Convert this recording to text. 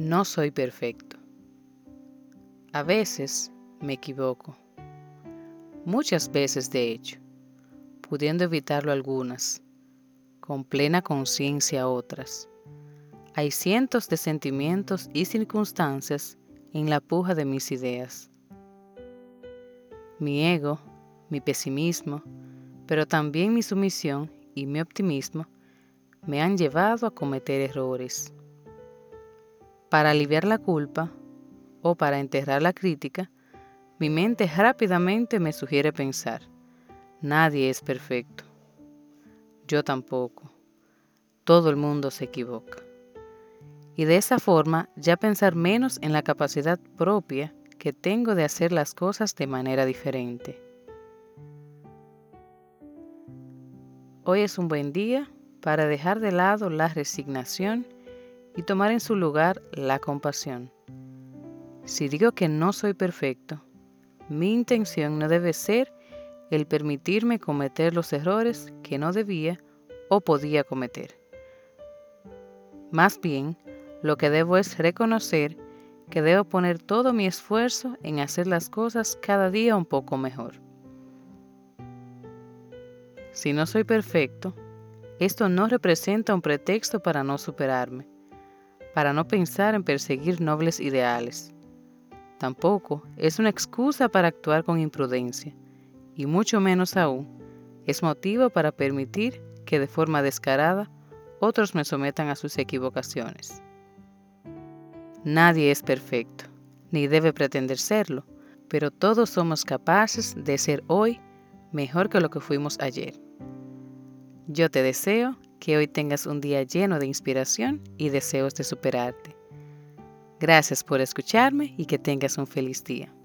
No soy perfecto. A veces me equivoco. Muchas veces, de hecho, pudiendo evitarlo algunas, con plena conciencia otras. Hay cientos de sentimientos y circunstancias en la puja de mis ideas. Mi ego, mi pesimismo, pero también mi sumisión y mi optimismo me han llevado a cometer errores. Para aliviar la culpa o para enterrar la crítica, mi mente rápidamente me sugiere pensar: nadie es perfecto. Yo tampoco. Todo el mundo se equivoca. Y de esa forma ya pensar menos en la capacidad propia que tengo de hacer las cosas de manera diferente. Hoy es un buen día para dejar de lado la resignación y tomar en su lugar la compasión. Si digo que no soy perfecto, mi intención no debe ser el permitirme cometer los errores que no debía o podía cometer. Más bien, lo que debo es reconocer que debo poner todo mi esfuerzo en hacer las cosas cada día un poco mejor. Si no soy perfecto, esto no representa un pretexto para no superarme, para no pensar en perseguir nobles ideales. Tampoco es una excusa para actuar con imprudencia, y mucho menos aún es motivo para permitir que de forma descarada otros me sometan a sus equivocaciones. Nadie es perfecto, ni debe pretender serlo, pero todos somos capaces de ser hoy mejor que lo que fuimos ayer. Yo te deseo que hoy tengas un día lleno de inspiración y deseos de superarte. Gracias por escucharme y que tengas un feliz día.